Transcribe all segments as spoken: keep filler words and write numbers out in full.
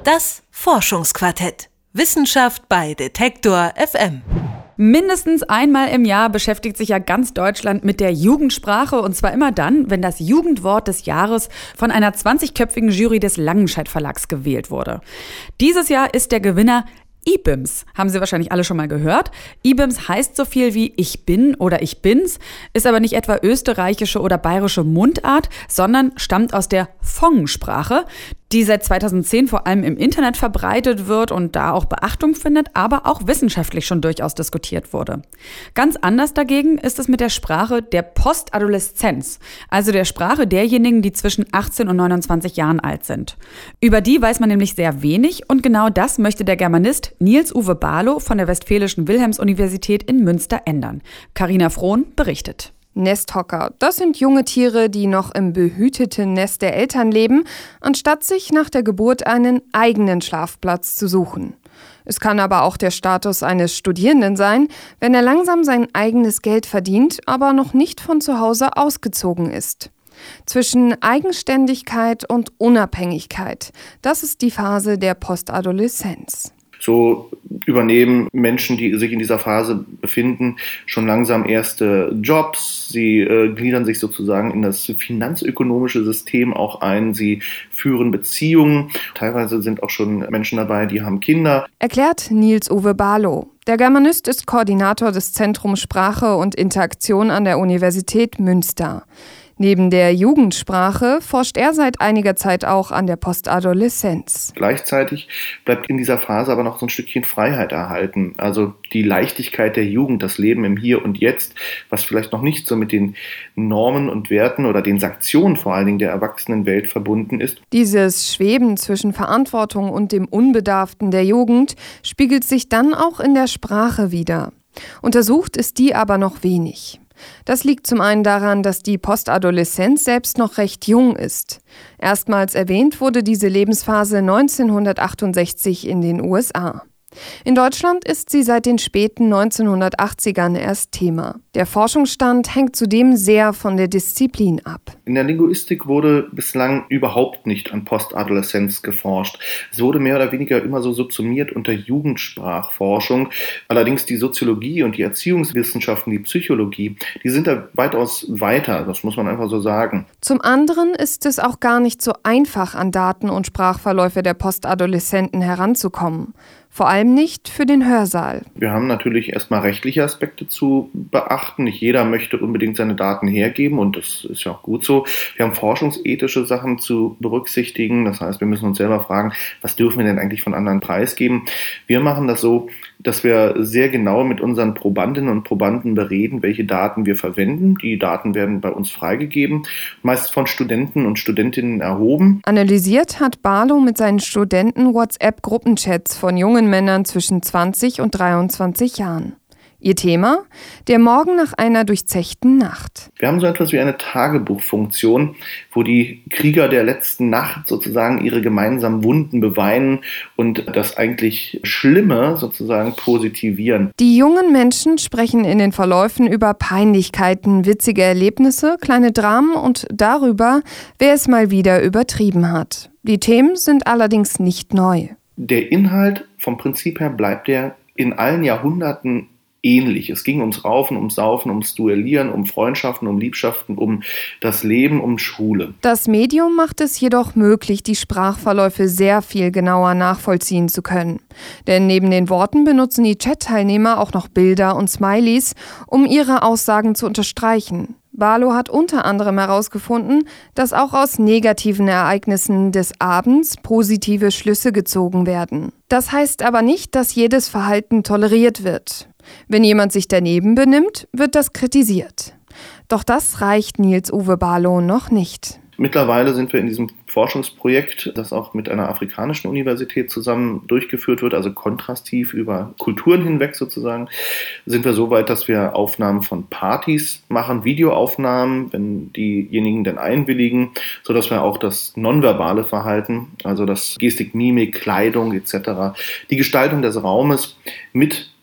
Das Forschungsquartett. Wissenschaft bei Detektor F M. Mindestens einmal im Jahr beschäftigt sich ja ganz Deutschland mit der Jugendsprache, und zwar immer dann, wenn das Jugendwort des Jahres von einer zwanzigköpfigen Jury des Langenscheidt Verlags gewählt wurde. Dieses Jahr ist der Gewinner I B I M S. Haben Sie wahrscheinlich alle schon mal gehört. I B I M S heißt so viel wie Ich bin oder Ich bin's, ist aber nicht etwa österreichische oder bayerische Mundart, sondern stammt aus der Fong-Sprache, die seit zweitausendzehn vor allem im Internet verbreitet wird und da auch Beachtung findet, aber auch wissenschaftlich schon durchaus diskutiert wurde. Ganz anders dagegen ist es mit der Sprache der Postadoleszenz, also der Sprache derjenigen, die zwischen achtzehn und neunundzwanzig Jahren alt sind. Über die weiß man nämlich sehr wenig, und genau das möchte der Germanist Niels-Uwe Barlow von der Westfälischen Wilhelms-Universität in Münster ändern. Carina Frohn berichtet. Nesthocker, das sind junge Tiere, die noch im behüteten Nest der Eltern leben, anstatt sich nach der Geburt einen eigenen Schlafplatz zu suchen. Es kann aber auch der Status eines Studierenden sein, wenn er langsam sein eigenes Geld verdient, aber noch nicht von zu Hause ausgezogen ist. Zwischen Eigenständigkeit und Unabhängigkeit, das ist die Phase der Postadoleszenz. So übernehmen Menschen, die sich in dieser Phase befinden, schon langsam erste Jobs. Sie äh, gliedern sich sozusagen in das finanzökonomische System auch ein. Sie führen Beziehungen. Teilweise sind auch schon Menschen dabei, die haben Kinder. Erklärt Niels-Uwe Barlow. Der Germanist ist Koordinator des Zentrums Sprache und Interaktion an der Universität Münster. Neben der Jugendsprache forscht er seit einiger Zeit auch an der Postadoleszenz. Gleichzeitig bleibt in dieser Phase aber noch so ein Stückchen Freiheit erhalten. Also die Leichtigkeit der Jugend, das Leben im Hier und Jetzt, was vielleicht noch nicht so mit den Normen und Werten oder den Sanktionen vor allen Dingen der Erwachsenenwelt verbunden ist. Dieses Schweben zwischen Verantwortung und dem Unbedarften der Jugend spiegelt sich dann auch in der Sprache wider. Untersucht ist die aber noch wenig. Das liegt zum einen daran, dass die Postadoleszenz selbst noch recht jung ist. Erstmals erwähnt wurde diese Lebensphase neunzehnhundertachtundsechzig in den U S A. In Deutschland ist sie seit den späten neunzehnhundertachtzigern erst Thema. Der Forschungsstand hängt zudem sehr von der Disziplin ab. In der Linguistik wurde bislang überhaupt nicht an Postadoleszenz geforscht. Es wurde mehr oder weniger immer so subsumiert unter Jugendsprachforschung. Allerdings die Soziologie und die Erziehungswissenschaften, die Psychologie, die sind da weitaus weiter, das muss man einfach so sagen. Zum anderen ist es auch gar nicht so einfach, an Daten und Sprachverläufe der Postadoleszenten heranzukommen. Vor allem nicht für den Hörsaal. Wir haben natürlich erstmal rechtliche Aspekte zu beachten. Nicht jeder möchte unbedingt seine Daten hergeben, und das ist ja auch gut so. Wir haben forschungsethische Sachen zu berücksichtigen. Das heißt, wir müssen uns selber fragen, was dürfen wir denn eigentlich von anderen preisgeben? Wir machen das so, dass wir sehr genau mit unseren Probandinnen und Probanden bereden, welche Daten wir verwenden. Die Daten werden bei uns freigegeben, meist von Studenten und Studentinnen erhoben. Analysiert hat Barlow mit seinen Studenten WhatsApp-Gruppenchats von jungen Männern zwischen zwanzig und dreiundzwanzig Jahren. Ihr Thema? Der Morgen nach einer durchzechten Nacht. Wir haben so etwas wie eine Tagebuchfunktion, wo die Krieger der letzten Nacht sozusagen ihre gemeinsamen Wunden beweinen und das eigentlich Schlimme sozusagen positivieren. Die jungen Menschen sprechen in den Verläufen über Peinlichkeiten, witzige Erlebnisse, kleine Dramen und darüber, wer es mal wieder übertrieben hat. Die Themen sind allerdings nicht neu. Der Inhalt vom Prinzip her bleibt der in allen Jahrhunderten ähnlich. Es ging ums Raufen, ums Saufen, ums Duellieren, um Freundschaften, um Liebschaften, um das Leben, um Schule. Das Medium macht es jedoch möglich, die Sprachverläufe sehr viel genauer nachvollziehen zu können. Denn neben den Worten benutzen die Chat-Teilnehmer auch noch Bilder und Smileys, um ihre Aussagen zu unterstreichen. Barlow hat unter anderem herausgefunden, dass auch aus negativen Ereignissen des Abends positive Schlüsse gezogen werden. Das heißt aber nicht, dass jedes Verhalten toleriert wird. Wenn jemand sich daneben benimmt, wird das kritisiert. Doch das reicht Niels-Uwe Barlow noch nicht. Mittlerweile sind wir in diesem Forschungsprojekt, das auch mit einer afrikanischen Universität zusammen durchgeführt wird, also kontrastiv über Kulturen hinweg sozusagen, sind wir so weit, dass wir Aufnahmen von Partys machen, Videoaufnahmen, wenn diejenigen denn einwilligen, sodass wir auch das nonverbale Verhalten, also das Gestik, Mimik, Kleidung et cetera, die Gestaltung des Raumes mit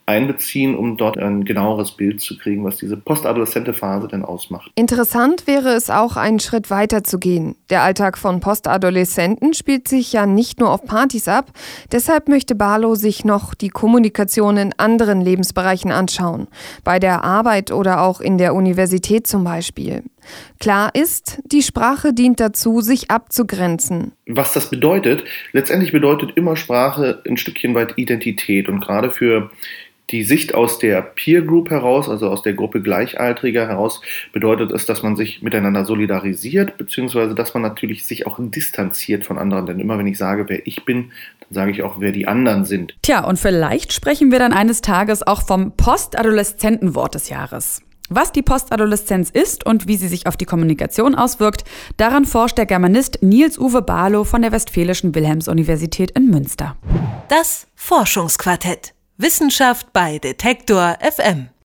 einbeziehen, um dort ein genaueres Bild zu kriegen, was diese postadoleszente Phase denn ausmacht. Interessant wäre es auch, einen Schritt weiter zu gehen. Der Alltag von Postadoleszenten spielt sich ja nicht nur auf Partys ab. Deshalb möchte Barlow sich noch die Kommunikation in anderen Lebensbereichen anschauen. Bei der Arbeit oder auch in der Universität zum Beispiel. Klar ist, die Sprache dient dazu, sich abzugrenzen. Was das bedeutet? Letztendlich bedeutet immer Sprache ein Stückchen weit Identität. Und gerade für die Sicht aus der Peer Group heraus, also aus der Gruppe Gleichaltriger heraus, bedeutet es, dass man sich miteinander solidarisiert, beziehungsweise dass man natürlich sich auch distanziert von anderen. Denn immer wenn ich sage, wer ich bin, dann sage ich auch, wer die anderen sind. Tja, und vielleicht sprechen wir dann eines Tages auch vom Postadoleszentenwort des Jahres. Was die Postadoleszenz ist und wie sie sich auf die Kommunikation auswirkt, daran forscht der Germanist Niels-Uwe Barlow von der Westfälischen Wilhelms-Universität in Münster. Das Forschungsquartett. Wissenschaft bei Detektor F M.